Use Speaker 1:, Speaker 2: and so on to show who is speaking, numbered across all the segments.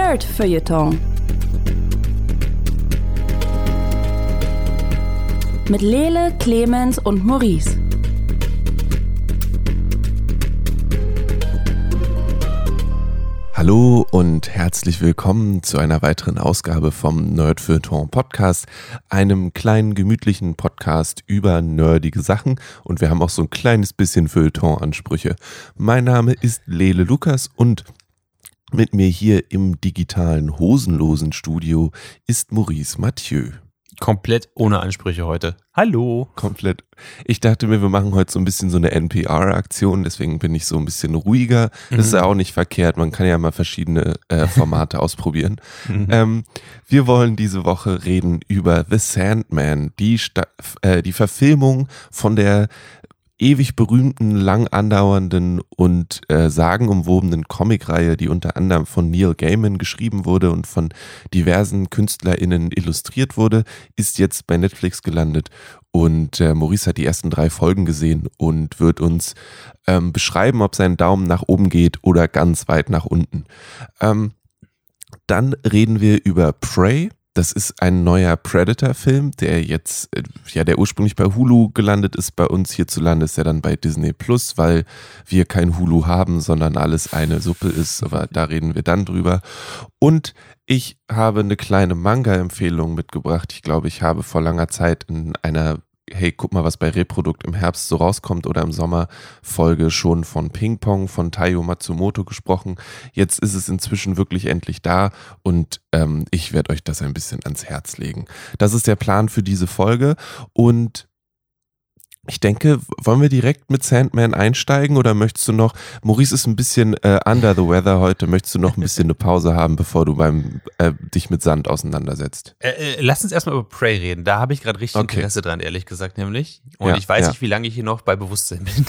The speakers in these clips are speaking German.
Speaker 1: Nerd-Feuilleton. Mit Lele, Clemens und Maurice.
Speaker 2: Hallo und herzlich willkommen zu einer weiteren Ausgabe vom Nerd-Feuilleton Podcast, einem kleinen gemütlichen Podcast über nerdige Sachen, und wir haben auch so ein kleines bisschen Feuilleton-Ansprüche. Mein Name ist Lele Lukas und mit mir hier im digitalen hosenlosen Studio ist Maurice Mathieu.
Speaker 3: Komplett ohne Ansprüche heute. Hallo.
Speaker 2: Komplett. Ich dachte mir, wir machen heute so ein bisschen so eine NPR-Aktion, deswegen bin ich so ein bisschen ruhiger. Das ist ja auch nicht verkehrt, man kann ja mal verschiedene Formate ausprobieren. Wir wollen diese Woche reden über The Sandman, die Verfilmung von der ewig berühmten, lang andauernden und sagenumwobenen Comicreihe, die unter anderem von Neil Gaiman geschrieben wurde und von diversen KünstlerInnen illustriert wurde, ist jetzt bei Netflix gelandet. Und Maurice hat die ersten 3 Folgen gesehen und wird uns beschreiben, ob sein Daumen nach oben geht oder ganz weit nach unten. Dann reden wir über Prey. Das ist ein neuer Predator-Film, der jetzt, der ursprünglich bei Hulu gelandet ist. Bei uns hierzulande ist er dann bei Disney Plus, weil wir kein Hulu haben, sondern alles eine Suppe ist. Aber da reden wir dann drüber. Und ich habe eine kleine Manga-Empfehlung mitgebracht. Ich glaube, ich habe vor langer Zeit in einer hey, guck mal, was bei Reprodukt im Herbst so rauskommt oder im Sommer Folge schon von Ping Pong von Taiyo Matsumoto gesprochen. Jetzt ist es inzwischen wirklich endlich da und ich werde euch das ein bisschen ans Herz legen. Das ist der Plan für diese Folge und ich denke, wollen wir direkt mit Sandman einsteigen oder möchtest du noch, Maurice ist ein bisschen under the weather heute, möchtest du noch ein bisschen eine Pause haben, bevor du dich mit Sand auseinandersetzt?
Speaker 3: Lass uns erstmal über Prey reden, da habe ich gerade richtig Interesse dran, ehrlich gesagt nämlich. Und ich weiß nicht, wie lange ich hier noch bei Bewusstsein bin.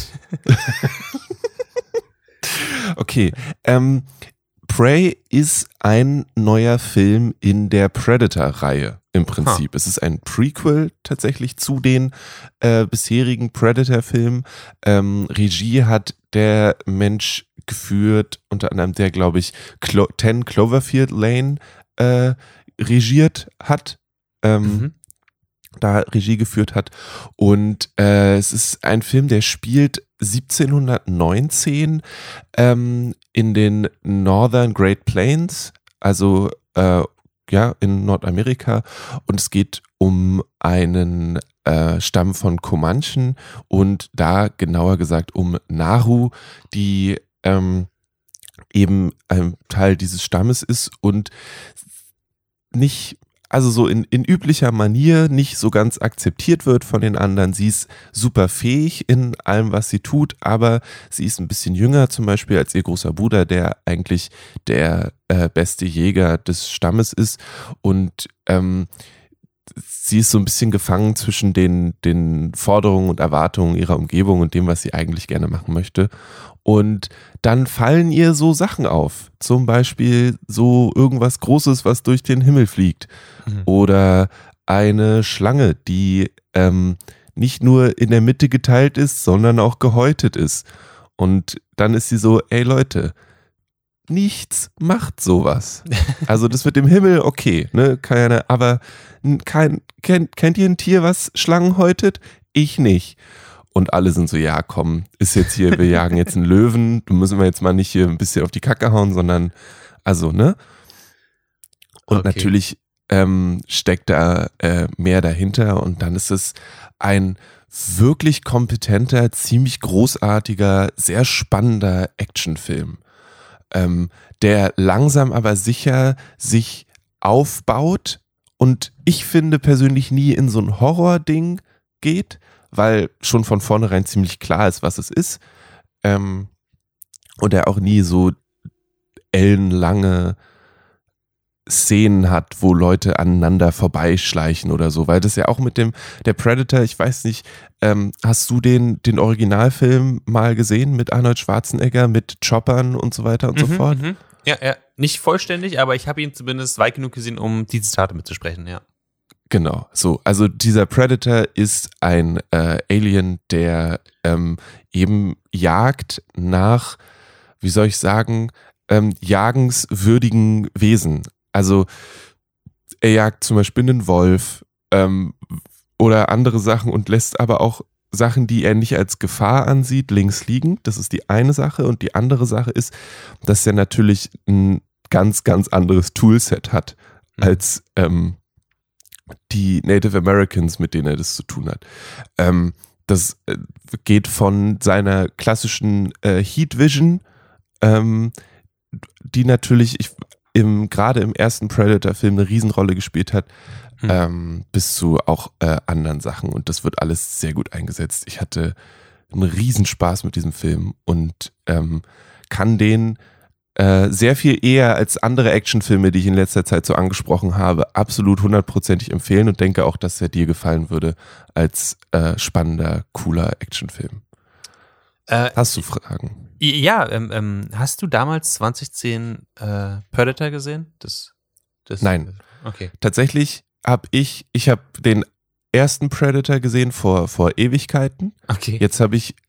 Speaker 2: Okay, Prey ist ein neuer Film in der Predator-Reihe im Prinzip. Es ist ein Prequel tatsächlich zu den bisherigen Predator-Filmen. Regie hat der Mensch geführt, unter anderem der, glaube ich, 10 Cloverfield Lane regiert hat. Da Regie geführt hat. Und es ist ein Film, der spielt 1719 in den Northern Great Plains, also in Nordamerika. Und es geht um einen Stamm von Comanchen und da genauer gesagt um Naru, die eben ein Teil dieses Stammes ist und nicht, also so in üblicher Manier nicht so ganz akzeptiert wird von den anderen. Sie ist super fähig in allem, was sie tut, aber sie ist ein bisschen jünger zum Beispiel als ihr großer Bruder, der eigentlich der beste Jäger des Stammes ist und sie ist so ein bisschen gefangen zwischen den Forderungen und Erwartungen ihrer Umgebung und dem, was sie eigentlich gerne machen möchte. Und dann fallen ihr so Sachen auf. Zum Beispiel so irgendwas Großes, was durch den Himmel fliegt. Oder eine Schlange, die nicht nur in der Mitte geteilt ist, sondern auch gehäutet ist. Und dann ist sie so, ey Leute, nichts macht sowas. Also das mit dem Himmel, okay, ne, aber kennt ihr ein Tier, was Schlangen häutet? Ich nicht. Und alle sind so, ja komm, ist jetzt hier, wir jagen jetzt einen Löwen, du müssen wir jetzt mal nicht hier ein bisschen auf die Kacke hauen, sondern, also, ne? Und natürlich steckt da mehr dahinter und dann ist es ein wirklich kompetenter, ziemlich großartiger, sehr spannender Actionfilm, der langsam aber sicher sich aufbaut und ich finde persönlich nie in so ein Horror-Ding geht, weil schon von vornherein ziemlich klar ist, was es ist und er auch nie so ellenlange Szenen hat, wo Leute aneinander vorbeischleichen oder so, weil das ja auch mit der Predator, ich weiß nicht, hast du den Originalfilm mal gesehen mit Arnold Schwarzenegger, mit Choppern und so weiter und so fort?
Speaker 3: Ja, nicht vollständig, aber ich habe ihn zumindest weit genug gesehen, um die Zitate mitzusprechen, ja.
Speaker 2: Genau, so, also dieser Predator ist ein Alien, der eben jagt nach, wie soll ich sagen, jagenswürdigen Wesen. Also er jagt zum Beispiel einen Wolf oder andere Sachen und lässt aber auch Sachen, die er nicht als Gefahr ansieht, links liegen. Das ist die eine Sache. Und die andere Sache ist, dass er natürlich ein ganz, ganz anderes Toolset hat als die Native Americans, mit denen er das zu tun hat. Das geht von seiner klassischen Heat Vision, die natürlich gerade im ersten Predator-Film eine Riesenrolle gespielt hat, bis zu auch anderen Sachen. Und das wird alles sehr gut eingesetzt. Ich hatte einen Riesenspaß mit diesem Film und kann den sehr viel eher als andere Actionfilme, die ich in letzter Zeit so angesprochen habe, absolut 100%ig empfehlen und denke auch, dass er dir gefallen würde als spannender, cooler Actionfilm. Hast du Fragen?
Speaker 3: Ja, hast du damals 2010 Predator gesehen?
Speaker 2: Nein.
Speaker 3: Okay.
Speaker 2: Tatsächlich habe ich den ersten Predator gesehen vor Ewigkeiten.
Speaker 3: Okay.
Speaker 2: Jetzt habe ich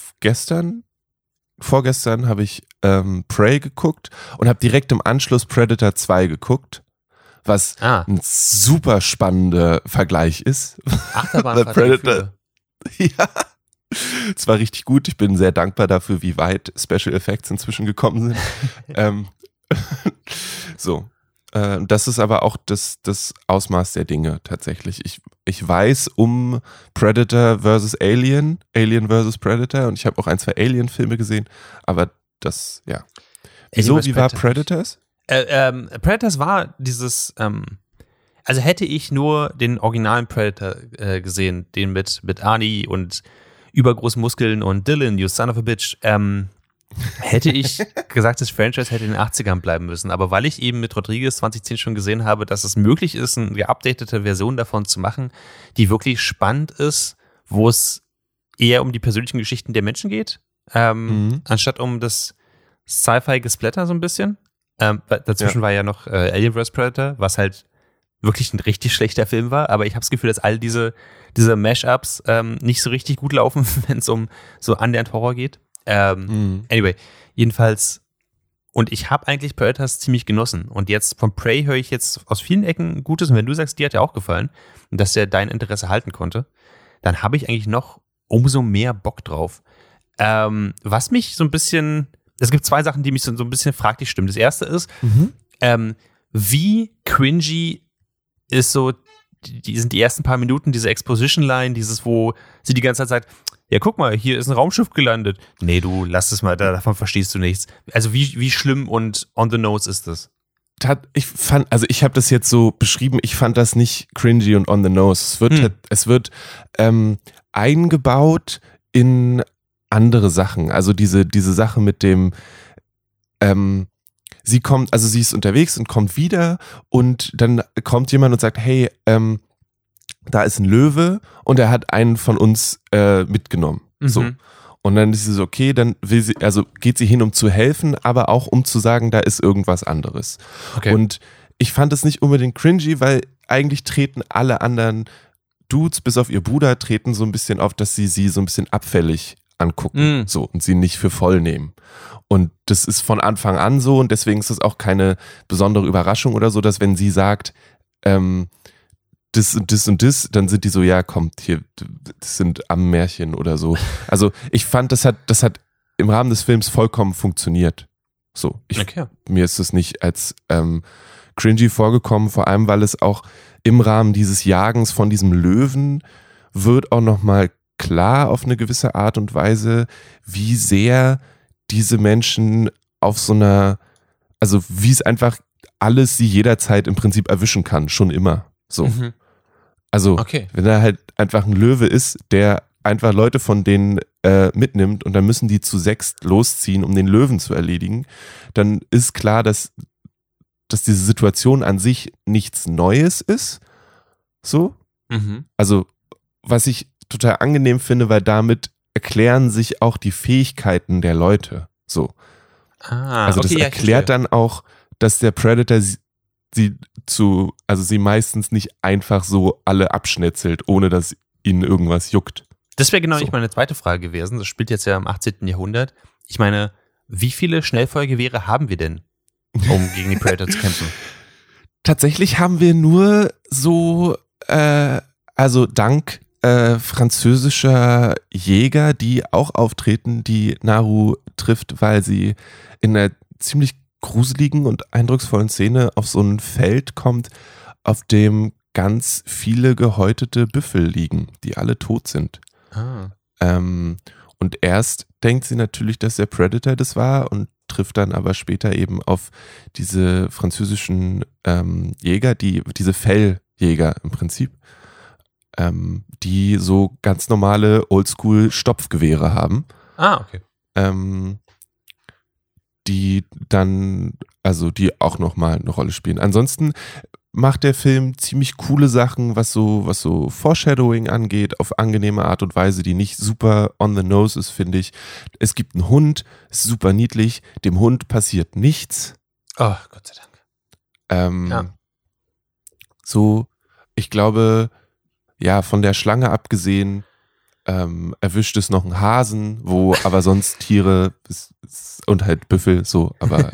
Speaker 2: vorgestern habe ich Prey geguckt und habe direkt im Anschluss Predator 2 geguckt, was ein super spannender Vergleich ist.
Speaker 3: Achterbahn
Speaker 2: Predator. Ja, es war richtig gut. Ich bin sehr dankbar dafür, wie weit Special Effects inzwischen gekommen sind. Das ist aber auch das Ausmaß der Dinge tatsächlich. Ich weiß um Predator vs. Alien vs. Predator und ich habe auch 1, 2 Alien-Filme gesehen, aber das, ja. Wieso, wie war Predators?
Speaker 3: Predators war dieses, also hätte ich nur den originalen Predator gesehen, den mit Arnie und übergroßen Muskeln und Dylan, you son of a bitch, hätte ich gesagt, das Franchise hätte in den 80ern bleiben müssen. Aber weil ich eben mit Rodriguez 2010 schon gesehen habe, dass es möglich ist, eine geupdatete Version davon zu machen, die wirklich spannend ist, wo es eher um die persönlichen Geschichten der Menschen geht, anstatt um das Sci-Fi-Gesplatter so ein bisschen. Dazwischen war ja noch Alien vs. Predator, was halt wirklich ein richtig schlechter Film war. Aber ich habe das Gefühl, dass all diese Mash-Ups nicht so richtig gut laufen, wenn es um so annähernd Horror geht. Anyway, jedenfalls, und ich habe eigentlich Predators ziemlich genossen. Und jetzt von Prey höre ich jetzt aus vielen Ecken Gutes. Und wenn du sagst, dir hat er auch gefallen und dass er dein Interesse halten konnte, dann habe ich eigentlich noch umso mehr Bock drauf. Was mich so ein bisschen, es gibt 2 Sachen, die mich so ein bisschen fraglich stimmen. Das erste ist, wie cringy ist so, die sind die ersten paar Minuten, diese Exposition-Line, wo sie die ganze Zeit sagt, ja, guck mal, hier ist ein Raumschiff gelandet. Nee, du, lass es mal, davon verstehst du nichts. Also wie schlimm und on the nose ist das?
Speaker 2: Ich habe das jetzt so beschrieben, ich fand das nicht cringy und on the nose. Es wird eingebaut in andere Sachen. Also diese Sache mit dem, sie ist unterwegs und kommt wieder und dann kommt jemand und sagt, hey, da ist ein Löwe und er hat einen von uns mitgenommen. So. Und dann ist sie so, okay, dann geht sie hin, um zu helfen, aber auch um zu sagen, da ist irgendwas anderes. Okay. Und ich fand es nicht unbedingt cringy, weil eigentlich treten alle anderen Dudes, bis auf ihr Bruder, treten so ein bisschen auf, dass sie so ein bisschen abfällig angucken so und sie nicht für voll nehmen. Und das ist von Anfang an so und deswegen ist das auch keine besondere Überraschung oder so, dass wenn sie sagt, das und das und das, dann sind die so, ja, kommt hier, das sind Ammenmärchen oder so. Also ich fand, das hat im Rahmen des Films vollkommen funktioniert. So, mir ist es nicht als cringy vorgekommen, vor allem, weil es auch im Rahmen dieses Jagens von diesem Löwen wird auch nochmal klar auf eine gewisse Art und Weise, wie sehr diese Menschen auf so einer, also wie es einfach alles sie jederzeit im Prinzip erwischen kann, schon immer. So. Also, wenn da halt einfach ein Löwe ist, der einfach Leute von denen mitnimmt und dann müssen die zu 6 losziehen, um den Löwen zu erledigen, dann ist klar, dass diese Situation an sich nichts Neues ist. So. Also, was ich total angenehm finde, weil damit erklären sich auch die Fähigkeiten der Leute. So. Also das erklärt dann auch, dass der Predator sie meistens nicht einfach so alle abschnetzelt, ohne dass ihnen irgendwas juckt.
Speaker 3: Das wäre genau nicht meine zweite Frage gewesen. Das spielt jetzt ja im 18. Jahrhundert. Ich meine, Wie viele Schnellfeuergewehre haben wir denn, um gegen die Predator zu kämpfen?
Speaker 2: Tatsächlich haben wir nur so, also dank französischer Jäger, die auch auftreten, die Naru trifft, weil sie in einer ziemlich gruseligen und eindrucksvollen Szene auf so ein Feld kommt, auf dem ganz viele gehäutete Büffel liegen, die alle tot sind.
Speaker 3: Ah.
Speaker 2: Und erst denkt sie natürlich, dass der Predator das war und trifft dann aber später eben auf diese französischen Jäger, diese Felljäger im Prinzip, die so ganz normale Oldschool-Stopfgewehre haben.
Speaker 3: Ah, okay.
Speaker 2: Die dann, also die auch nochmal eine Rolle spielen. Ansonsten macht der Film ziemlich coole Sachen, was so Foreshadowing angeht, auf angenehme Art und Weise, die nicht super on the nose ist, finde ich. Es gibt einen Hund, ist super niedlich, dem Hund passiert nichts.
Speaker 3: Oh, Gott sei Dank. Ja.
Speaker 2: So, ich glaube, ja, von der Schlange abgesehen, erwischt es noch einen Hasen, wo aber sonst Tiere und halt Büffel so, aber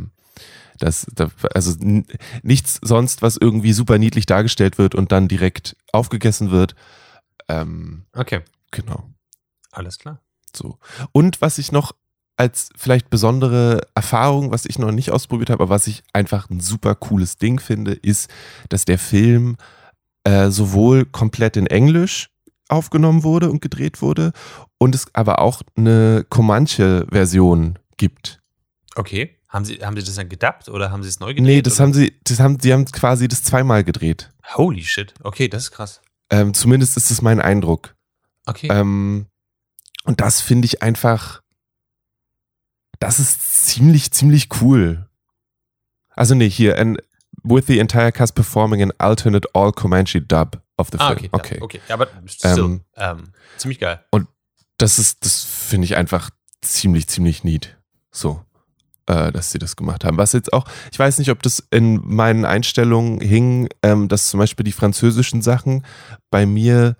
Speaker 2: also nichts sonst, was irgendwie super niedlich dargestellt wird und dann direkt aufgegessen wird.
Speaker 3: Okay.
Speaker 2: Genau.
Speaker 3: Alles klar.
Speaker 2: So. Und was ich noch als vielleicht besondere Erfahrung, was ich noch nicht ausprobiert habe, aber was ich einfach ein super cooles Ding finde, ist, dass der Film sowohl komplett in Englisch aufgenommen wurde und gedreht wurde und es aber auch eine Comanche-Version gibt.
Speaker 3: Okay. Haben Sie das dann gedubbt oder haben Sie es neu gedreht?
Speaker 2: Nee, die haben quasi das zweimal gedreht.
Speaker 3: Holy shit. Okay, das ist krass.
Speaker 2: Zumindest ist es mein Eindruck.
Speaker 3: Okay.
Speaker 2: Und das finde ich einfach, das ist ziemlich, ziemlich cool. Also nee, hier, with the entire cast performing an alternate all Comanche dub of the film.
Speaker 3: Okay. Ja, aber still, ziemlich geil.
Speaker 2: Und das finde ich einfach ziemlich, ziemlich neat. So, dass sie das gemacht haben. Was jetzt auch, ich weiß nicht, ob das in meinen Einstellungen hing, dass zum Beispiel die französischen Sachen bei mir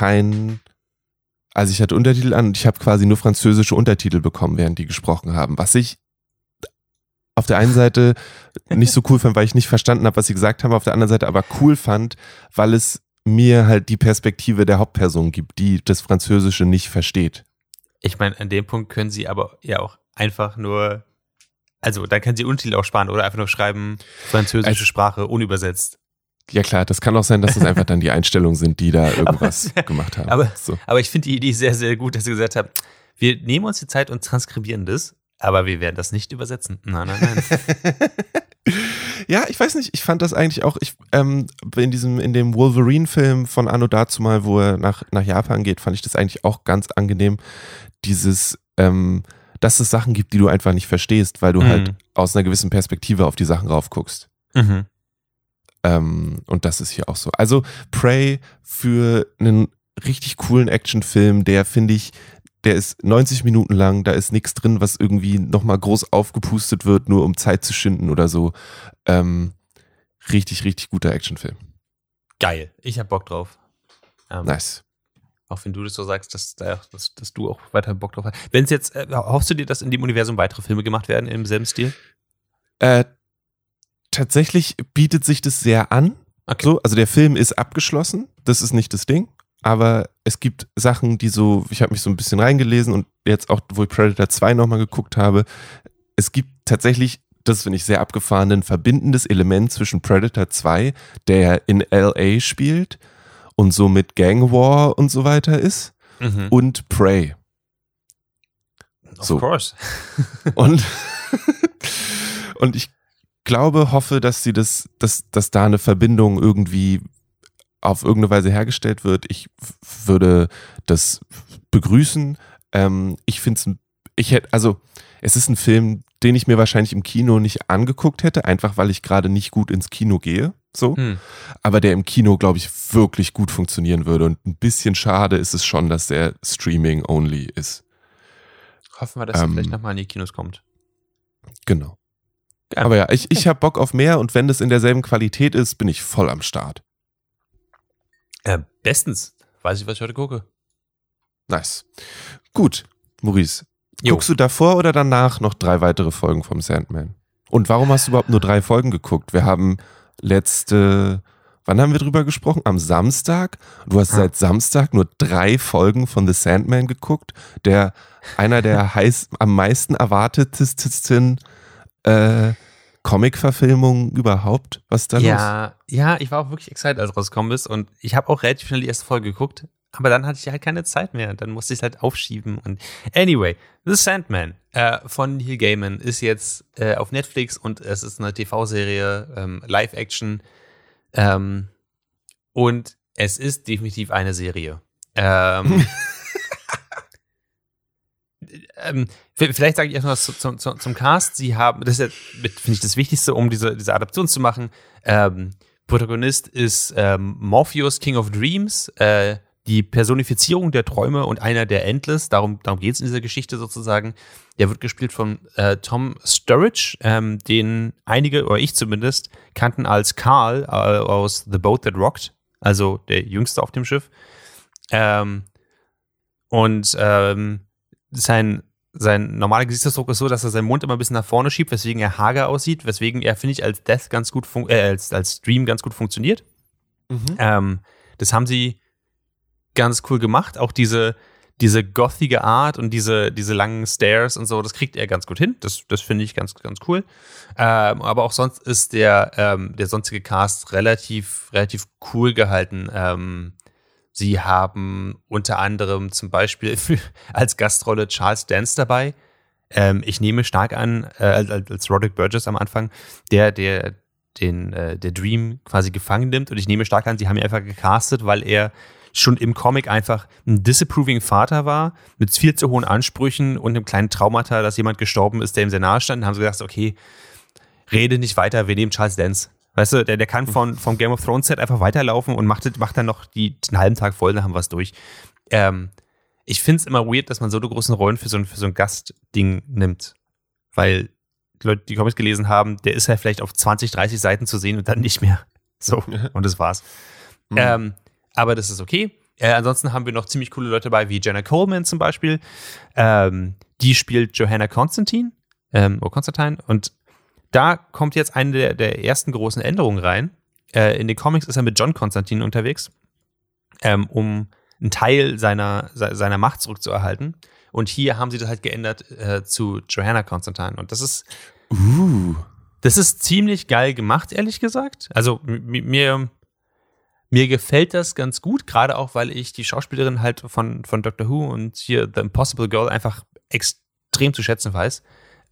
Speaker 2: also ich hatte Untertitel an und ich habe quasi nur französische Untertitel bekommen, während die gesprochen haben. Was ich auf der einen Seite nicht so cool fand, weil ich nicht verstanden habe, was sie gesagt haben, auf der anderen Seite aber cool fand, weil es mir halt die Perspektive der Hauptperson gibt, die das Französische nicht versteht.
Speaker 3: Ich meine, an dem Punkt können sie aber ja auch einfach nur, also da können sie Untertitel auch sparen oder einfach nur schreiben, französische Sprache unübersetzt.
Speaker 2: Ja klar, das kann auch sein, dass das einfach dann die Einstellungen sind, die da irgendwas gemacht haben.
Speaker 3: Aber ich finde die Idee sehr, sehr gut, dass sie gesagt haben, wir nehmen uns die Zeit und transkribieren das, aber wir werden das nicht übersetzen. Nein.
Speaker 2: Ja, ich weiß nicht, ich fand das eigentlich auch, in dem Wolverine-Film von Anno dazumal, wo er nach Japan geht, fand ich das eigentlich auch ganz angenehm, dass es Sachen gibt, die du einfach nicht verstehst, weil du halt aus einer gewissen Perspektive auf die Sachen raufguckst.
Speaker 3: Mhm.
Speaker 2: Und das ist hier auch so. Also Prey für einen richtig coolen Actionfilm, der finde ich, der ist 90 Minuten lang, da ist nichts drin, was irgendwie nochmal groß aufgepustet wird, nur um Zeit zu schinden oder so. Richtig, richtig guter Actionfilm.
Speaker 3: Geil, ich hab Bock drauf.
Speaker 2: Nice.
Speaker 3: Auch wenn du das so sagst, dass du auch weiter Bock drauf hast. Wenn es jetzt, hoffst du dir, dass in dem Universum weitere Filme gemacht werden im selben Stil?
Speaker 2: Tatsächlich bietet sich das sehr an.
Speaker 3: Okay.
Speaker 2: So, also der Film ist abgeschlossen, das ist nicht das Ding. Aber es gibt Sachen, die so, ich habe mich so ein bisschen reingelesen und jetzt auch, wo ich Predator 2 nochmal geguckt habe, es gibt tatsächlich, das finde ich sehr abgefahren, ein verbindendes Element zwischen Predator 2, der in L.A. spielt und so mit Gang War und so weiter ist, und Prey.
Speaker 3: Of course.
Speaker 2: Und ich hoffe, dass sie dass da eine Verbindung irgendwie auf irgendeine Weise hergestellt wird. Ich würde das begrüßen. Ich finde es ist ein Film, den ich mir wahrscheinlich im Kino nicht angeguckt hätte, einfach weil ich gerade nicht gut ins Kino gehe, so. Aber der im Kino, glaube ich, wirklich gut funktionieren würde. Und ein bisschen schade ist es schon, dass der Streaming-only ist.
Speaker 3: Hoffen wir, dass er vielleicht nochmal in die Kinos kommt.
Speaker 2: Genau.
Speaker 3: Ja.
Speaker 2: Aber ja, ich habe Bock auf mehr und wenn das in derselben Qualität ist, bin ich voll am Start.
Speaker 3: Bestens. Weiß ich, was ich heute gucke.
Speaker 2: Nice. Gut, Maurice. Guckst du davor oder danach noch 3 weitere Folgen vom Sandman? Und warum hast du überhaupt nur 3 Folgen geguckt? Wir haben wann haben wir drüber gesprochen? Am Samstag. Du hast seit Samstag nur 3 Folgen von The Sandman geguckt, einer der am meisten erwartetesten Comic-Verfilmungen überhaupt. Was ist da los?
Speaker 3: Ja, ich war auch wirklich excited, als es rausgekommen ist und ich habe auch relativ schnell die erste Folge geguckt, aber dann hatte ich halt keine Zeit mehr. Dann musste ich es halt aufschieben und anyway, The Sandman von Neil Gaiman ist jetzt auf Netflix und es ist eine TV-Serie, Live-Action. Und es ist definitiv eine Serie. Vielleicht sage ich erst mal was zum Cast. Sie haben, das ist ja, finde ich, das Wichtigste, um diese Adaption zu machen. Protagonist ist Morpheus, King of Dreams, die Personifizierung der Träume und einer der Endless. Darum geht es in dieser Geschichte sozusagen. Der wird gespielt von Tom Sturridge, den einige, oder ich zumindest, kannten als Carl aus The Boat That Rocked, also der Jüngste auf dem Schiff. Sein normaler Gesichtsausdruck ist so, dass er seinen Mund immer ein bisschen nach vorne schiebt, weswegen er hager aussieht, weswegen er, finde ich, als Death ganz gut als Dream ganz gut funktioniert. Das haben sie ganz cool gemacht. Auch diese gothige Art und diese langen Stairs und so, das kriegt er ganz gut hin. Das finde ich ganz, ganz cool. Aber auch sonst ist der sonstige Cast relativ cool gehalten. Sie haben unter anderem zum Beispiel als Gastrolle Charles Dance dabei. Ich nehme stark an, als Roderick Burgess am Anfang, der Dream quasi gefangen nimmt. Und ich nehme stark an, sie haben ihn einfach gecastet, weil er schon im Comic einfach ein disapproving Vater war, mit viel zu hohen Ansprüchen und einem kleinen Traumata, dass jemand gestorben ist, der ihm sehr nahe stand. Dann haben sie gesagt, okay, rede nicht weiter, wir nehmen Charles Dance. Weißt du, der kann vom Game of Thrones Set einfach weiterlaufen und macht dann noch den halben Tag voll, dann haben wir es durch. Ich finde es immer weird, dass man so eine großen Rollen für so ein Gastding nimmt. Weil die Leute, die Comics gelesen haben, der ist ja vielleicht auf 20, 30 Seiten zu sehen und dann nicht mehr. So, und das war's. Aber das ist okay. Ansonsten haben wir noch ziemlich coole Leute dabei, wie Jenna Coleman zum Beispiel. Die spielt Johanna Constantine. Und da kommt jetzt eine der ersten großen Änderungen rein. In den Comics ist er mit John Constantine unterwegs, um einen Teil seiner Macht zurückzuerhalten. Und hier haben sie das halt geändert zu Johanna Constantine. Und das ist ziemlich geil gemacht, ehrlich gesagt. Also mir gefällt das ganz gut, gerade auch, weil ich die Schauspielerin halt von Doctor Who und hier The Impossible Girl einfach extrem zu schätzen weiß.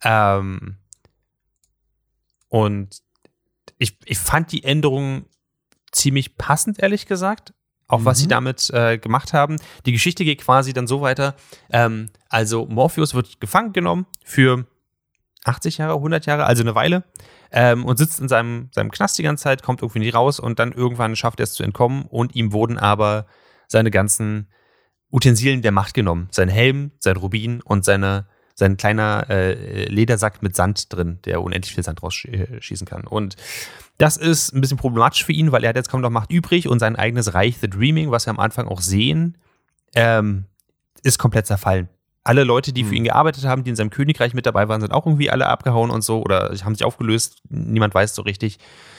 Speaker 3: Und ich fand die Änderung ziemlich passend, ehrlich gesagt. Auch was sie damit gemacht haben. Die Geschichte geht quasi dann so weiter. Also Morpheus wird gefangen genommen für 80 Jahre, 100 Jahre, also eine Weile. Und sitzt in seinem Knast die ganze Zeit, kommt irgendwie nicht raus und dann irgendwann schafft er es zu entkommen und ihm wurden aber seine ganzen Utensilien der Macht genommen. Sein Helm, sein Rubin und sein kleiner Ledersack mit Sand drin, der unendlich viel Sand rausschießen kann. Und das ist ein bisschen problematisch für ihn, weil er hat jetzt kaum noch Macht übrig und sein eigenes Reich, The Dreaming, was wir am Anfang auch sehen, ist komplett zerfallen. Alle Leute, die für ihn gearbeitet haben, die in seinem Königreich mit dabei waren, sind auch irgendwie alle abgehauen und so oder haben sich aufgelöst. Niemand weiß so richtig.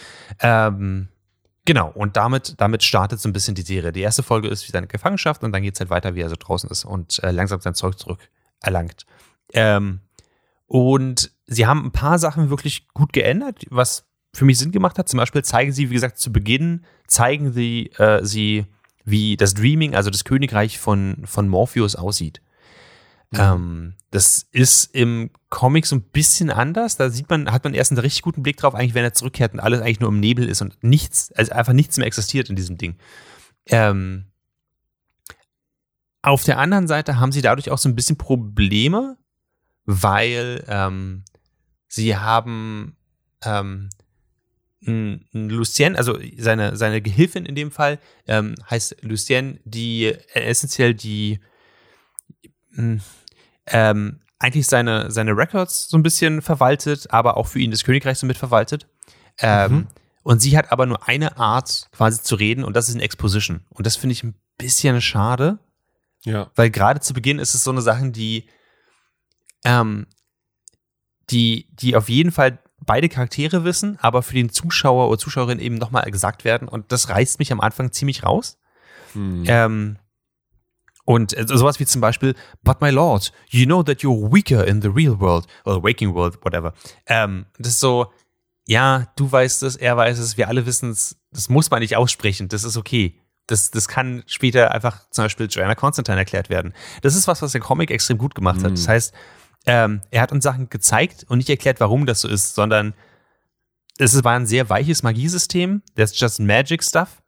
Speaker 3: Genau, und damit startet so ein bisschen die Serie. Die erste Folge ist wie seine Gefangenschaft und dann geht es halt weiter, wie er so draußen ist und langsam sein Zeug zurück erlangt. Und sie haben ein paar Sachen wirklich gut geändert, was für mich Sinn gemacht hat. Zum Beispiel zeigen sie, wie gesagt, zu Beginn, sie, wie das Dreaming, also das Königreich von Morpheus aussieht. Das ist im Comic so ein bisschen anders. Da hat man erst einen richtig guten Blick drauf, eigentlich, wenn er zurückkehrt und alles eigentlich nur im Nebel ist und einfach nichts mehr existiert in diesem Ding. Auf der anderen Seite haben sie dadurch auch so ein bisschen Probleme, weil sie haben Lucienne, also seine Gehilfin in dem Fall, heißt Lucienne, die essentiell eigentlich seine Records so ein bisschen verwaltet, aber auch für ihn das Königreich so mit verwaltet. Und sie hat aber nur eine Art quasi zu reden und das ist in Exposition. Und das finde ich ein bisschen schade. Ja. Weil gerade zu Beginn ist es so eine Sache, die die auf jeden Fall beide Charaktere wissen, aber für den Zuschauer oder Zuschauerin eben nochmal gesagt werden. Und das reißt mich am Anfang ziemlich raus. Und sowas wie zum Beispiel, but my lord, you know that you're weaker in the real world, or waking world, whatever. Das ist so, ja, du weißt es, er weiß es, wir alle wissen es, das muss man nicht aussprechen, das ist okay. Das kann später einfach zum Beispiel Joanna Constantine erklärt werden. Das ist was der Comic extrem gut gemacht hat. Das heißt, er hat uns Sachen gezeigt und nicht erklärt, warum das so ist, sondern war ein sehr weiches Magiesystem. That's just magic stuff.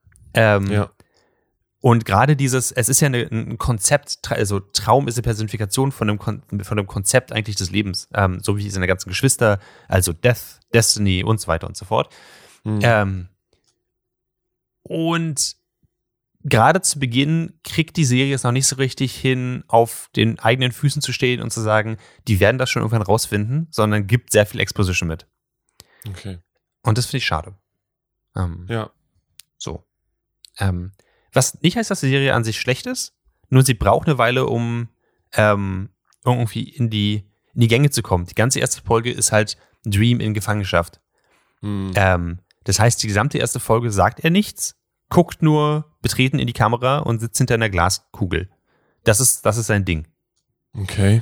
Speaker 3: Und gerade es ist ja ein Konzept, also Traum ist eine Personifikation von einem Konzept eigentlich des Lebens. So wie seine ganzen Geschwister, also Death, Destiny und so weiter und so fort. Und gerade zu Beginn kriegt die Serie es noch nicht so richtig hin, auf den eigenen Füßen zu stehen und zu sagen, die werden das schon irgendwann rausfinden, sondern gibt sehr viel Exposition mit.
Speaker 2: Okay.
Speaker 3: Und das finde ich schade. So. Was nicht heißt, dass die Serie an sich schlecht ist, nur sie braucht eine Weile, um irgendwie in die Gänge zu kommen. Die ganze erste Folge ist halt Dream in Gefangenschaft. Das heißt, die gesamte erste Folge sagt er nichts, guckt nur betreten in die Kamera und sitzt hinter einer Glaskugel. Das ist sein Ding.
Speaker 2: Okay.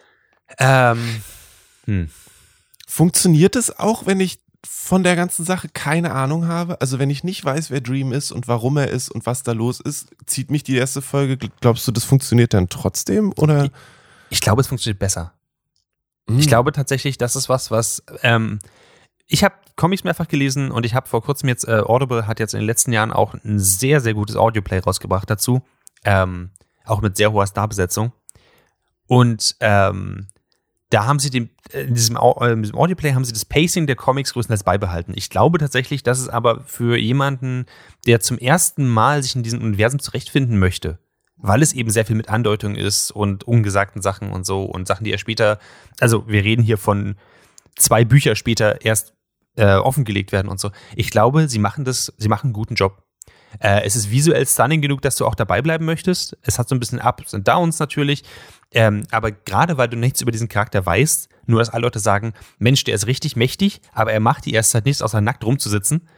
Speaker 2: Funktioniert es auch, wenn ich von der ganzen Sache keine Ahnung habe? Also wenn ich nicht weiß, wer Dream ist und warum er ist und was da los ist, zieht mich die erste Folge, glaubst du, das funktioniert dann trotzdem? Oder?
Speaker 3: Ich glaube, es funktioniert besser. Ich glaube tatsächlich, das ist was ich habe Comics mehrfach gelesen und ich habe vor kurzem jetzt, Audible hat jetzt in den letzten Jahren auch ein sehr, sehr gutes Audioplay rausgebracht dazu. Auch mit sehr hoher Starbesetzung. Und da haben sie in diesem Audioplay haben sie das Pacing der Comics größtenteils beibehalten. Ich glaube tatsächlich, dass es aber für jemanden, der zum ersten Mal sich in diesem Universum zurechtfinden möchte, weil es eben sehr viel mit Andeutung ist und ungesagten Sachen und so und Sachen, die er später, also wir reden hier von 2 Bücher später erst offengelegt werden und so. Ich glaube, sie machen einen guten Job. Es ist visuell stunning genug, dass du auch dabei bleiben möchtest. Es hat so ein bisschen Ups und Downs natürlich. Aber gerade weil du nichts über diesen Charakter weißt, nur dass alle Leute sagen, Mensch, der ist richtig mächtig, aber er macht die erste Zeit nichts, außer nackt rumzusitzen.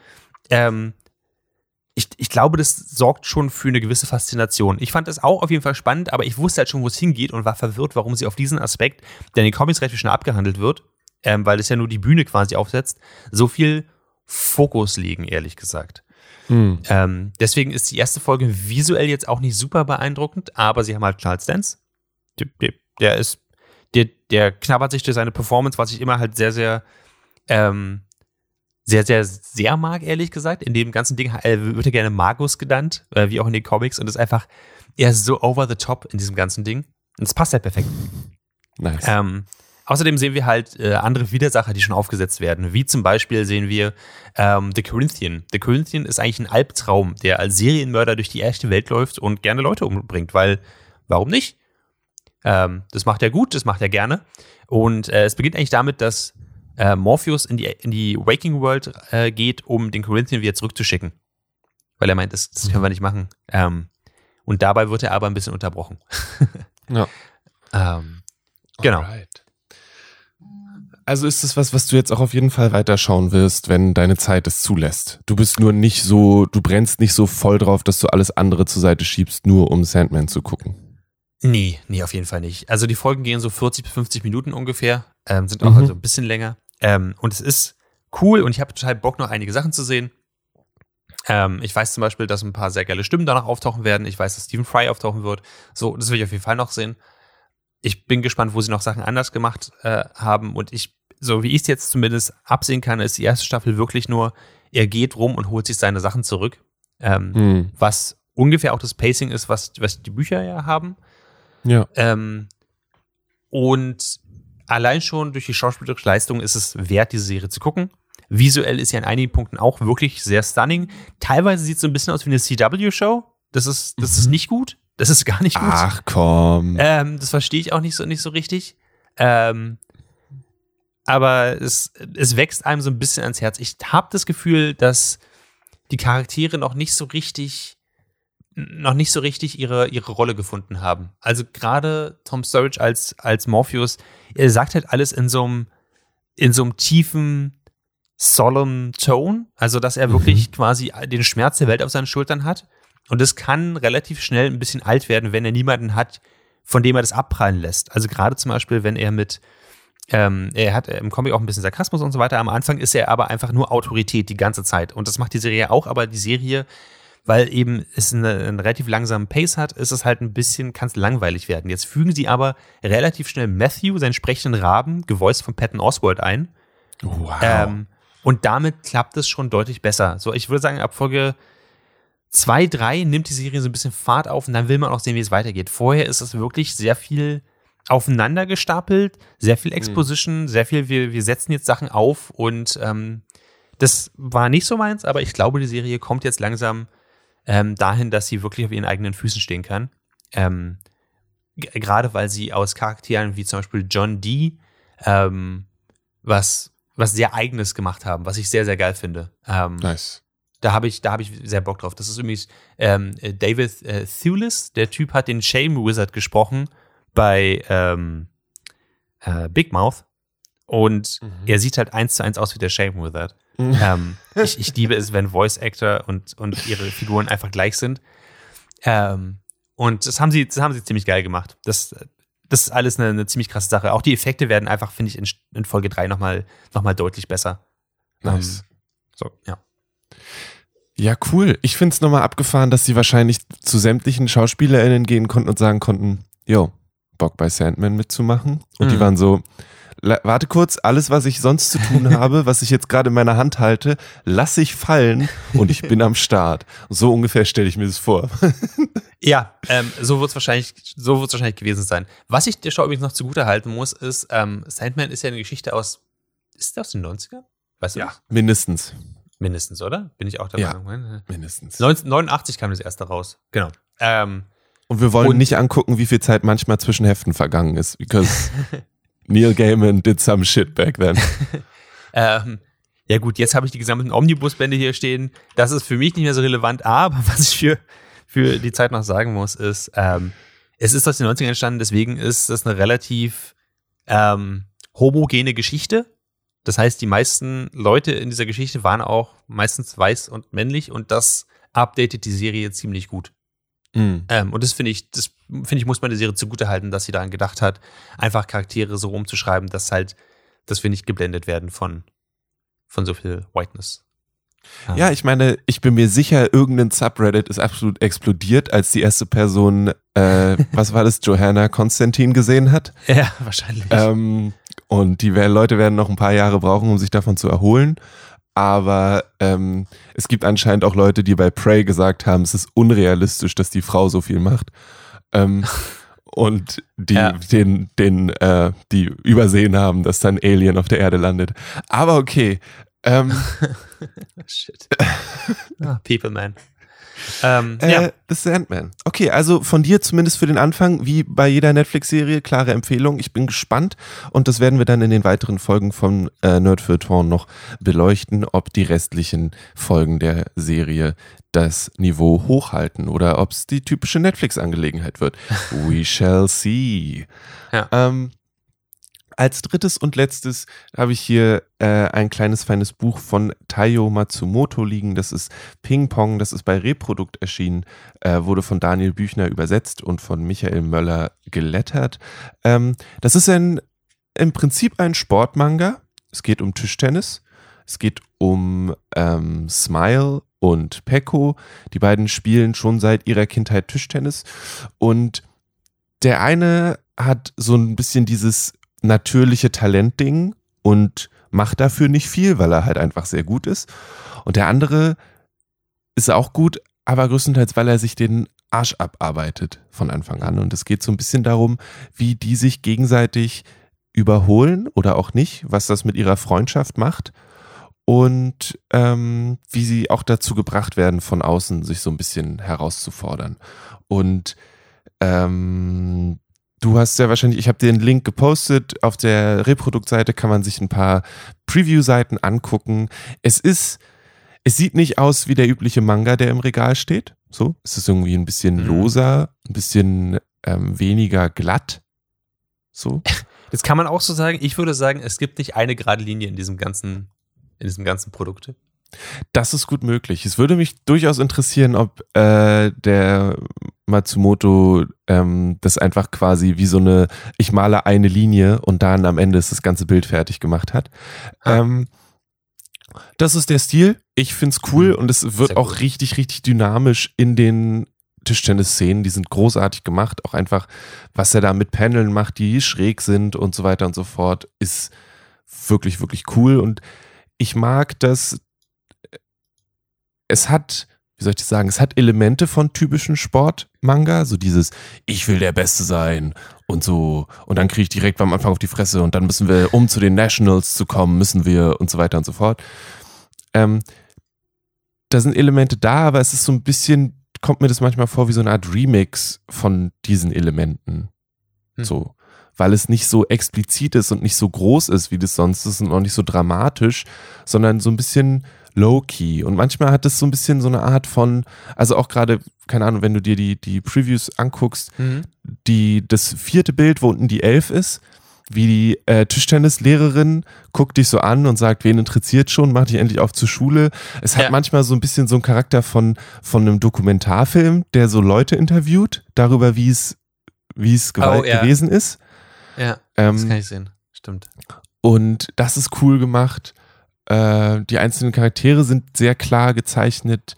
Speaker 3: Ich glaube, das sorgt schon für eine gewisse Faszination. Ich fand das auch auf jeden Fall spannend, aber ich wusste halt schon, wo es hingeht und war verwirrt, warum sie auf diesen Aspekt, der in den Comics relativ schnell abgehandelt wird, weil es ja nur die Bühne quasi aufsetzt, so viel Fokus legen, ehrlich gesagt. Deswegen ist die erste Folge visuell jetzt auch nicht super beeindruckend, aber sie haben halt Charles Dance. Der knabbert sich durch seine Performance, was ich immer halt sehr, sehr, sehr mag, ehrlich gesagt. In dem ganzen Ding wird er gerne Magus genannt, wie auch in den Comics. Und ist einfach, er ist so over the top in diesem ganzen Ding. Und es passt halt perfekt.
Speaker 2: Nice.
Speaker 3: Außerdem sehen wir halt andere Widersacher, die schon aufgesetzt werden. Wie zum Beispiel sehen wir The Corinthian. The Corinthian ist eigentlich ein Albtraum, der als Serienmörder durch die echte Welt läuft und gerne Leute umbringt, weil, warum nicht? Das macht er gut, das macht er gerne. Und es beginnt eigentlich damit, dass Morpheus in die Waking World geht, um den Corinthian wieder zurückzuschicken. Weil er meint, das können wir nicht machen. Und dabei wird er aber ein bisschen unterbrochen.
Speaker 2: Ja.
Speaker 3: Genau.
Speaker 2: Alright. Also ist es was du jetzt auch auf jeden Fall weiterschauen wirst, wenn deine Zeit es zulässt. Du brennst nicht so voll drauf, dass du alles andere zur Seite schiebst, nur um Sandman zu gucken.
Speaker 3: Nee, auf jeden Fall nicht. Also die Folgen gehen so 40 bis 50 Minuten ungefähr, sind auch also ein bisschen länger. Und es ist cool und ich habe total Bock, noch einige Sachen zu sehen. Ich weiß zum Beispiel, dass ein paar sehr geile Stimmen danach auftauchen werden. Ich weiß, dass Stephen Fry auftauchen wird. So, das will ich auf jeden Fall noch sehen. Ich bin gespannt, wo sie noch Sachen anders gemacht haben. Und so wie ich es jetzt zumindest absehen kann, ist die erste Staffel wirklich nur, er geht rum und holt sich seine Sachen zurück. Was ungefähr auch das Pacing ist, was die Bücher ja haben.
Speaker 2: Ja.
Speaker 3: Und allein schon durch die schauspielerische Leistung ist es wert, diese Serie zu gucken. Visuell ist ja in einigen Punkten auch wirklich sehr stunning. Teilweise sieht es so ein bisschen aus wie eine CW-Show. Das ist nicht gut. Das ist gar nicht gut.
Speaker 2: Ach komm.
Speaker 3: Das verstehe ich auch nicht so richtig. Aber es wächst einem so ein bisschen ans Herz. Ich habe das Gefühl, dass die Charaktere noch nicht so richtig noch nicht so richtig ihre Rolle gefunden haben. Also gerade Tom Sturridge als Morpheus, er sagt halt alles in so einem tiefen, solemn Tone, also dass er wirklich quasi den Schmerz der Welt auf seinen Schultern hat. Und es kann relativ schnell ein bisschen alt werden, wenn er niemanden hat, von dem er das abprallen lässt. Also gerade zum Beispiel, wenn er er hat im Comic auch ein bisschen Sarkasmus und so weiter. Am Anfang ist er aber einfach nur Autorität die ganze Zeit. Und das macht die Serie auch, aber die Serie, weil eben es einen relativ langsamen Pace hat, ist es halt ein bisschen, kann es langweilig werden. Jetzt fügen sie aber relativ schnell Matthew, seinen sprechenden Raben, gevoiced von Patton Oswalt ein.
Speaker 2: Wow.
Speaker 3: Und damit klappt es schon deutlich besser. So, ich würde sagen, ab Folge 2, 3 nimmt die Serie so ein bisschen Fahrt auf und dann will man auch sehen, wie es weitergeht. Vorher ist es wirklich sehr viel aufeinander gestapelt, sehr viel Exposition, sehr viel, wir setzen jetzt Sachen auf und das war nicht so meins, aber ich glaube, die Serie kommt jetzt langsam dahin, dass sie wirklich auf ihren eigenen Füßen stehen kann. Gerade weil sie aus Charakteren wie zum Beispiel John Dee was sehr Eigenes gemacht haben, was ich sehr, sehr geil finde.
Speaker 2: Nice.
Speaker 3: Da hab ich sehr Bock drauf. Das ist übrigens David Thewlis. Der Typ hat den Shame Wizard gesprochen bei Big Mouth. Und er sieht halt 1:1 aus wie der Shame Wizard. Ich liebe es, wenn Voice Actor und ihre Figuren einfach gleich sind. Und das haben sie ziemlich geil gemacht. Das ist alles eine ziemlich krasse Sache. Auch die Effekte werden einfach, finde ich, in Folge 3 noch mal deutlich besser.
Speaker 2: Nice.
Speaker 3: Ja.
Speaker 2: Ja, cool. Ich finde es nochmal abgefahren, dass sie wahrscheinlich zu sämtlichen SchauspielerInnen gehen konnten und sagen konnten, yo, Bock bei Sandman mitzumachen. Und die waren so, warte kurz, alles, was ich sonst zu tun habe, was ich jetzt gerade in meiner Hand halte, lasse ich fallen und ich bin am Start. So ungefähr stelle ich mir das vor.
Speaker 3: Ja, so wird es wahrscheinlich gewesen sein. Was ich der Show übrigens noch zugute halten muss, ist, Sandman ist ja eine Geschichte ist der aus den 90ern? Weißt du das?
Speaker 2: Mindestens.
Speaker 3: Mindestens, oder? Bin ich auch der Meinung?
Speaker 2: Mindestens.
Speaker 3: 1989 kam das erste raus. Genau.
Speaker 2: Und wir wollen nicht angucken, wie viel Zeit manchmal zwischen Heften vergangen ist, because Neil Gaiman did some shit back then.
Speaker 3: Ja gut, jetzt habe ich die gesamten Omnibus-Bände hier stehen. Das ist für mich nicht mehr so relevant, aber was ich für die Zeit noch sagen muss, ist, es ist aus den 90ern entstanden, deswegen ist das eine relativ homogene Geschichte. Das heißt, die meisten Leute in dieser Geschichte waren auch meistens weiß und männlich und das updatet die Serie ziemlich gut. Und das finde ich, muss man der Serie zugutehalten, dass sie daran gedacht hat, einfach Charaktere so umzuschreiben, dass wir nicht geblendet werden von so viel Whiteness.
Speaker 2: Ja, ich meine, ich bin mir sicher, irgendein Subreddit ist absolut explodiert, als die erste Person, was war das, Johanna Konstantin gesehen hat.
Speaker 3: Ja, wahrscheinlich.
Speaker 2: Und die Leute werden noch ein paar Jahre brauchen, um sich davon zu erholen. Aber es gibt anscheinend auch Leute, die bei Prey gesagt haben, es ist unrealistisch, dass die Frau so viel macht. Und die übersehen haben, dass dann Alien auf der Erde landet. Aber okay.
Speaker 3: Shit. People, man.
Speaker 2: The Sandman. Okay, also von dir zumindest für den Anfang, wie bei jeder Netflix-Serie, klare Empfehlung. Ich bin gespannt und das werden wir dann in den weiteren Folgen von Nerdfeuilleton noch beleuchten, ob die restlichen Folgen der Serie das Niveau hochhalten oder ob es die typische Netflix-Angelegenheit wird. We shall see.
Speaker 3: Ja.
Speaker 2: Als drittes und letztes habe ich hier ein kleines, feines Buch von Taiyo Matsumoto liegen. Das ist Ping Pong, das ist bei Reprodukt erschienen, wurde von Daniel Büchner übersetzt und von Michael Möller gelettert. Das ist im Prinzip ein Sportmanga. Es geht um Tischtennis. Es geht um Smile und Pecco. Die beiden spielen schon seit ihrer Kindheit Tischtennis. Und der eine hat so ein bisschen dieses natürliche Talentding und macht dafür nicht viel, weil er halt einfach sehr gut ist. Und der andere ist auch gut, aber größtenteils, weil er sich den Arsch abarbeitet von Anfang an. Und es geht so ein bisschen darum, wie die sich gegenseitig überholen oder auch nicht, was das mit ihrer Freundschaft macht und wie sie auch dazu gebracht werden, von außen sich so ein bisschen herauszufordern. Und du hast ja wahrscheinlich, ich habe dir einen Link gepostet, auf der Reproduktseite kann man sich ein paar Preview-Seiten angucken. Es sieht nicht aus wie der übliche Manga, der im Regal steht. So, es ist irgendwie ein bisschen loser, ein bisschen weniger glatt. So.
Speaker 3: Das kann man auch so sagen. Ich würde sagen, es gibt nicht eine gerade Linie in diesem ganzen Produkt.
Speaker 2: Das ist gut möglich. Es würde mich durchaus interessieren, ob der Matsumoto das einfach quasi wie so eine, ich male eine Linie und dann am Ende ist das ganze Bild fertig gemacht hat. Das ist der Stil. Ich finde es cool und es wird auch richtig, richtig dynamisch in den Tischtennis-Szenen. Die sind großartig gemacht. Auch einfach, was er da mit Paneln macht, die schräg sind und so weiter und so fort, ist wirklich, wirklich cool. Und ich mag, dass es hat, wie soll ich das sagen, es hat Elemente von typischen Sport-Manga, so dieses, ich will der Beste sein und so, und dann kriege ich direkt am Anfang auf die Fresse und dann müssen wir, um zu den Nationals zu kommen, müssen wir und so weiter und so fort. Da sind Elemente da, aber es ist so ein bisschen, kommt mir das manchmal vor wie so eine Art Remix von diesen Elementen. So, weil es nicht so explizit ist und nicht so groß ist, wie das sonst ist und auch nicht so dramatisch, sondern so ein bisschen low-key. Und manchmal hat es so ein bisschen so eine Art von, also auch gerade, keine Ahnung, wenn du dir die Previews anguckst, das 4. Bild, wo unten die 11 ist, wie die Tischtennislehrerin guckt dich so an und sagt, wen interessiert schon, mach dich endlich auf zur Schule. Es hat manchmal so ein bisschen so einen Charakter von einem Dokumentarfilm, der so Leute interviewt, darüber, wie es gewesen ist.
Speaker 3: Ja, das kann ich sehen. Stimmt.
Speaker 2: Und das ist cool gemacht. Die einzelnen Charaktere sind sehr klar gezeichnet.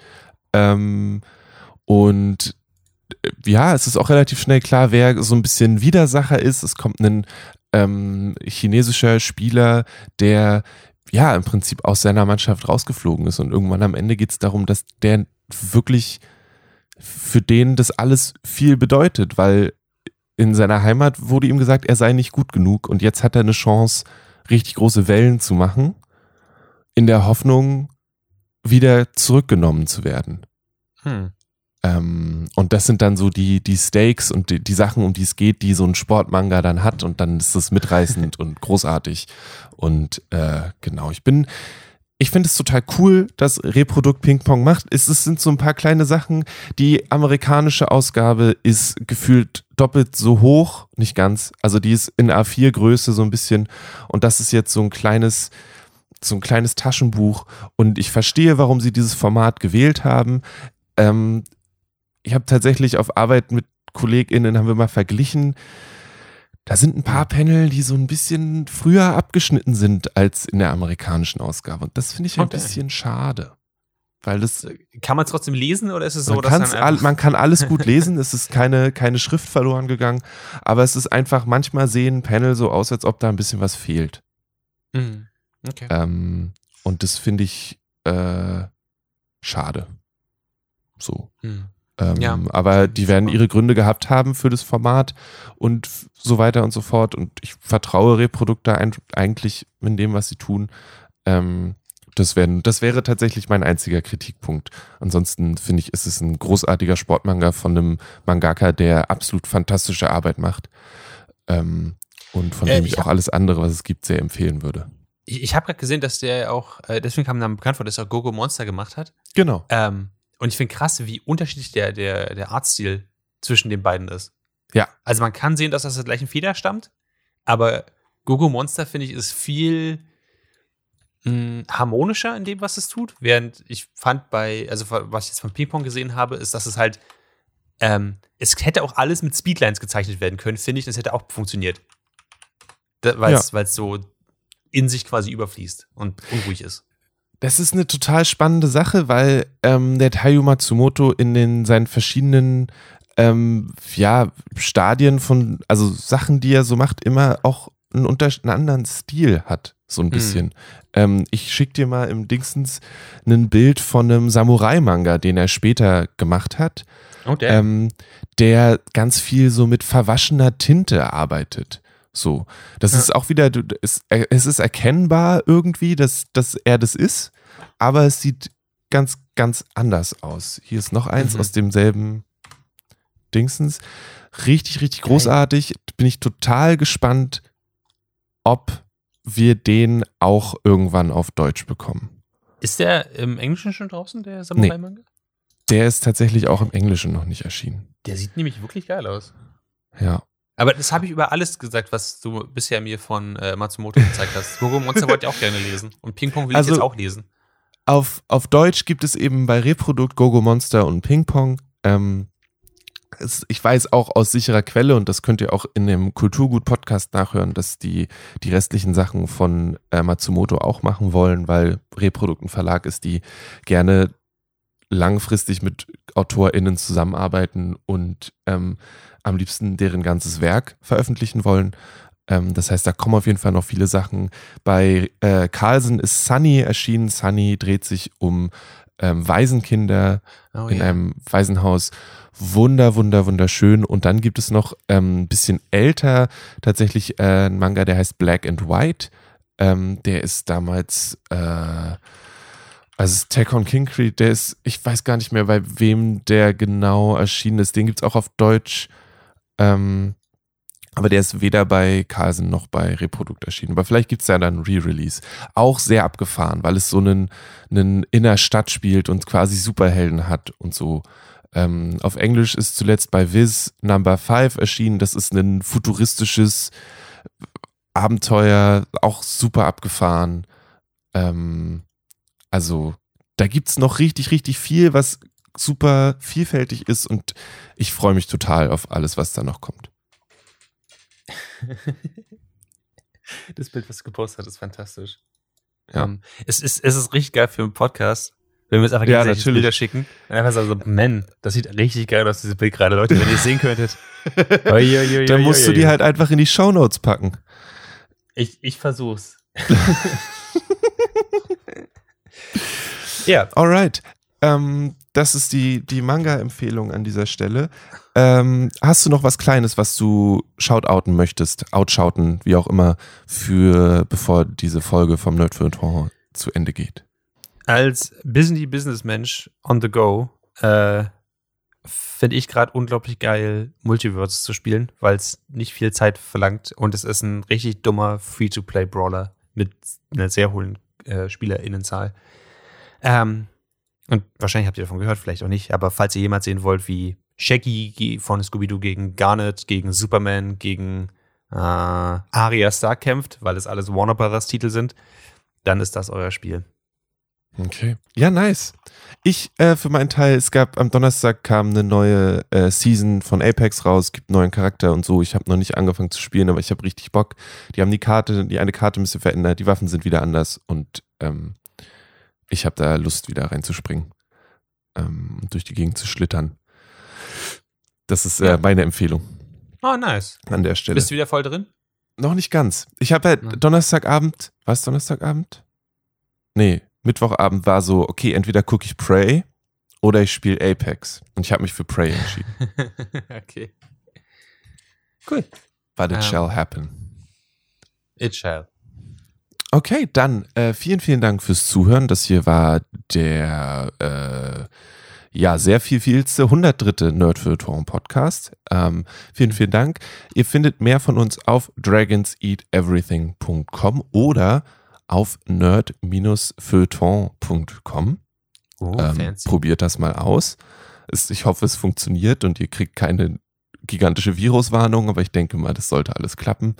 Speaker 2: Und ja, es ist auch relativ schnell klar, wer so ein bisschen Widersacher ist. Es kommt ein chinesischer Spieler, der ja im Prinzip aus seiner Mannschaft rausgeflogen ist. Und irgendwann am Ende geht es darum, dass der wirklich für den das alles viel bedeutet, weil in seiner Heimat wurde ihm gesagt, er sei nicht gut genug und jetzt hat er eine Chance, richtig große Wellen zu machen, in der Hoffnung, wieder zurückgenommen zu werden. Und das sind dann so die Stakes und die Sachen, um die es geht, die so ein Sportmanga dann hat und dann ist das mitreißend und großartig. Und genau, ich finde es total cool, dass Reprodukt Ping-Pong macht. Es sind so ein paar kleine Sachen. Die amerikanische Ausgabe ist gefühlt doppelt so hoch, nicht ganz. Also die ist in A4-Größe so ein bisschen. Und das ist jetzt so ein kleines Taschenbuch. Und ich verstehe, warum sie dieses Format gewählt haben. Ich habe tatsächlich auf Arbeit mit KollegInnen, haben wir mal verglichen. Da sind ein paar Panel, die so ein bisschen früher abgeschnitten sind als in der amerikanischen Ausgabe. Und das finde ich ein bisschen schade. Weil das.
Speaker 3: Kann man es trotzdem lesen oder ist es so,
Speaker 2: man kann alles gut lesen, es ist keine Schrift verloren gegangen, aber es ist einfach, manchmal sehen Panel so aus, als ob da ein bisschen was fehlt.
Speaker 3: Okay.
Speaker 2: Und das finde ich schade. So. Aber die werden ihre Gründe gehabt haben für das Format und so weiter und so fort. Und ich vertraue Reprodukt da eigentlich in dem, was sie tun. Das wäre tatsächlich mein einziger Kritikpunkt. Ansonsten finde ich, ist es ein großartiger Sportmanga von einem Mangaka, der absolut fantastische Arbeit macht. Und von dem ich auch alles andere, was es gibt, sehr empfehlen würde.
Speaker 3: Ich habe gerade gesehen, dass der auch, deswegen kam dann bekannt vor, dass er Gogo Monster gemacht hat.
Speaker 2: Genau.
Speaker 3: Und ich finde krass, wie unterschiedlich der Artstil zwischen den beiden ist.
Speaker 2: Ja.
Speaker 3: Also man kann sehen, dass das aus der gleichen Feder stammt, aber Gogo Monster, finde ich, ist viel harmonischer in dem, was es tut. Während ich fand was ich jetzt von Ping-Pong gesehen habe, ist, dass es halt, es hätte auch alles mit Speedlines gezeichnet werden können, finde ich, das hätte auch funktioniert. Weil es so in sich quasi überfließt und unruhig ist.
Speaker 2: Das ist eine total spannende Sache, weil der Taiyo Matsumoto in seinen verschiedenen Stadien von, also Sachen, die er so macht, immer auch einen anderen Stil hat, so ein bisschen. Ich schick dir mal im Dingsens ein Bild von einem Samurai-Manga, den er später gemacht hat, der ganz viel so mit verwaschener Tinte arbeitet. So, das ist auch wieder, es ist erkennbar irgendwie, dass er das ist, aber es sieht ganz, ganz anders aus. Hier ist noch eins aus demselben Dingsens. Richtig, richtig großartig. Bin ich total gespannt, ob wir den auch irgendwann auf Deutsch bekommen.
Speaker 3: Ist der im Englischen schon draußen, der Samurai-Manga?
Speaker 2: Der ist tatsächlich auch im Englischen noch nicht erschienen.
Speaker 3: Der sieht nämlich wirklich geil aus.
Speaker 2: Ja.
Speaker 3: Aber das habe ich über alles gesagt, was du bisher mir von Matsumoto gezeigt hast. Gogo Monster wollte ich auch gerne lesen. Und Ping Pong will ich jetzt auch lesen.
Speaker 2: Auf Deutsch gibt es eben bei Reprodukt Gogo Monster und Ping Pong. Ich weiß auch aus sicherer Quelle, und das könnt ihr auch in dem Kulturgut-Podcast nachhören, dass die restlichen Sachen von Matsumoto auch machen wollen, weil Reprodukt ein Verlag ist, die gerne langfristig mit AutorInnen zusammenarbeiten und am liebsten deren ganzes Werk veröffentlichen wollen. Das heißt, da kommen auf jeden Fall noch viele Sachen. Bei Carlsen ist Sunny erschienen. Sunny dreht sich um Waisenkinder in einem Waisenhaus. Wunderschön. Und dann gibt es noch ein bisschen älter tatsächlich ein Manga, der heißt Black and White. Der ist damals also Attack on King Creed, der ist, ich weiß gar nicht mehr, bei wem der genau erschienen ist. Den gibt es auch auf Deutsch. Aber der ist weder bei Carlsen noch bei Reprodukt erschienen. Aber vielleicht gibt es ja dann ein Re-Release. Auch sehr abgefahren, weil es so einen Innerstadt spielt und quasi Superhelden hat und so. Auf Englisch ist zuletzt bei Viz Number 5 erschienen. Das ist ein futuristisches Abenteuer, auch super abgefahren. Also da gibt es noch richtig viel, was super vielfältig ist, und ich freue mich total auf alles, was da noch kommt.
Speaker 3: Das Bild, was du gepostet hast, ist fantastisch.
Speaker 2: Ja.
Speaker 3: Es ist richtig geil für einen Podcast, wenn wir uns einfach gegenseitig Bilder schicken. Und einfach so, man, das sieht richtig geil aus, dieses Bild gerade. Leute, wenn ihr es sehen könntet.
Speaker 2: Dann musst du die halt einfach in die Shownotes packen.
Speaker 3: Ich versuch's. Ja.
Speaker 2: Alright. Das ist die Manga-Empfehlung an dieser Stelle. Hast du noch was Kleines, was du shoutouten möchtest, outshouten, wie auch immer, bevor diese Folge vom Nerdfeuilleton zu Ende geht?
Speaker 3: Als Businessmensch on the go finde ich gerade unglaublich geil, Multiverse zu spielen, weil es nicht viel Zeit verlangt und es ist ein richtig dummer Free-to-Play-Brawler mit einer sehr hohen SpielerInnenzahl. Und wahrscheinlich habt ihr davon gehört, vielleicht auch nicht, aber falls ihr jemand sehen wollt, wie Shaggy von Scooby-Doo gegen Garnet, gegen Superman, gegen Arya Stark kämpft, weil es alles Warner Brothers Titel sind, dann ist das euer Spiel.
Speaker 2: Okay. Ja, nice. Ich für meinen Teil, am Donnerstag kam eine neue Season von Apex raus, gibt einen neuen Charakter und so. Ich habe noch nicht angefangen zu spielen, aber ich habe richtig Bock. Die haben die eine Karte ein bisschen verändert, die Waffen sind wieder anders und ich habe da Lust, wieder reinzuspringen, durch die Gegend zu schlittern. Das ist meine Empfehlung.
Speaker 3: Oh, nice.
Speaker 2: An der Stelle.
Speaker 3: Bist du wieder voll drin?
Speaker 2: Noch nicht ganz. Ich habe Donnerstagabend, war es Donnerstagabend? Nee, Mittwochabend war so, okay, entweder gucke ich Prey oder ich spiele Apex. Und ich habe mich für Prey entschieden.
Speaker 3: Okay. Cool.
Speaker 2: But it shall happen.
Speaker 3: It shall.
Speaker 2: Okay, dann vielen Dank fürs Zuhören. Das hier war der sehr vielste 103. Nerdfeuilleton-Podcast. Vielen Dank. Ihr findet mehr von uns auf dragonseateverything.com oder auf nerd-feuilleton.com.
Speaker 3: Fancy.
Speaker 2: Probiert das mal aus. Ich hoffe, es funktioniert und ihr kriegt keine gigantische Viruswarnung, aber ich denke mal, das sollte alles klappen.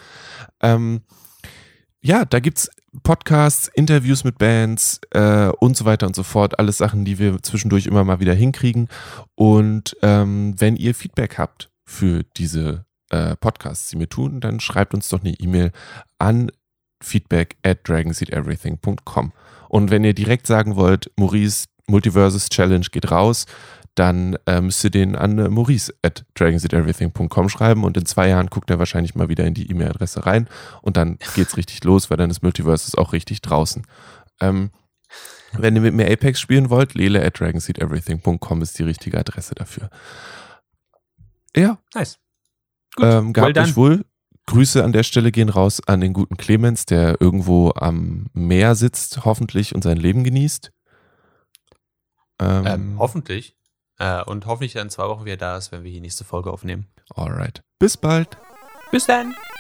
Speaker 2: Da gibt's Podcasts, Interviews mit Bands und so weiter und so fort. Alles Sachen, die wir zwischendurch immer mal wieder hinkriegen. Und wenn ihr Feedback habt für diese Podcasts, die wir tun, dann schreibt uns doch eine E-Mail an feedback@dragonseateverything.com. Und wenn ihr direkt sagen wollt, Maurice Multiverses Challenge geht raus, dann müsst ihr den an maurice@dragonseateverything.com schreiben und in 2 Jahren guckt er wahrscheinlich mal wieder in die E-Mail-Adresse rein und dann geht's richtig los, weil dann ist Multiverses auch richtig draußen. Wenn ihr mit mir Apex spielen wollt, lele@dragonseateverything.com ist die richtige Adresse dafür. Ja.
Speaker 3: Nice. Gut,
Speaker 2: gehabt euch wohl. Grüße an der Stelle gehen raus an den guten Clemens, der irgendwo am Meer sitzt, hoffentlich, und sein Leben genießt.
Speaker 3: Hoffentlich. Und hoffentlich in 2 Wochen wieder da ist, wenn wir die nächste Folge aufnehmen.
Speaker 2: Alright. Bis bald.
Speaker 3: Bis dann.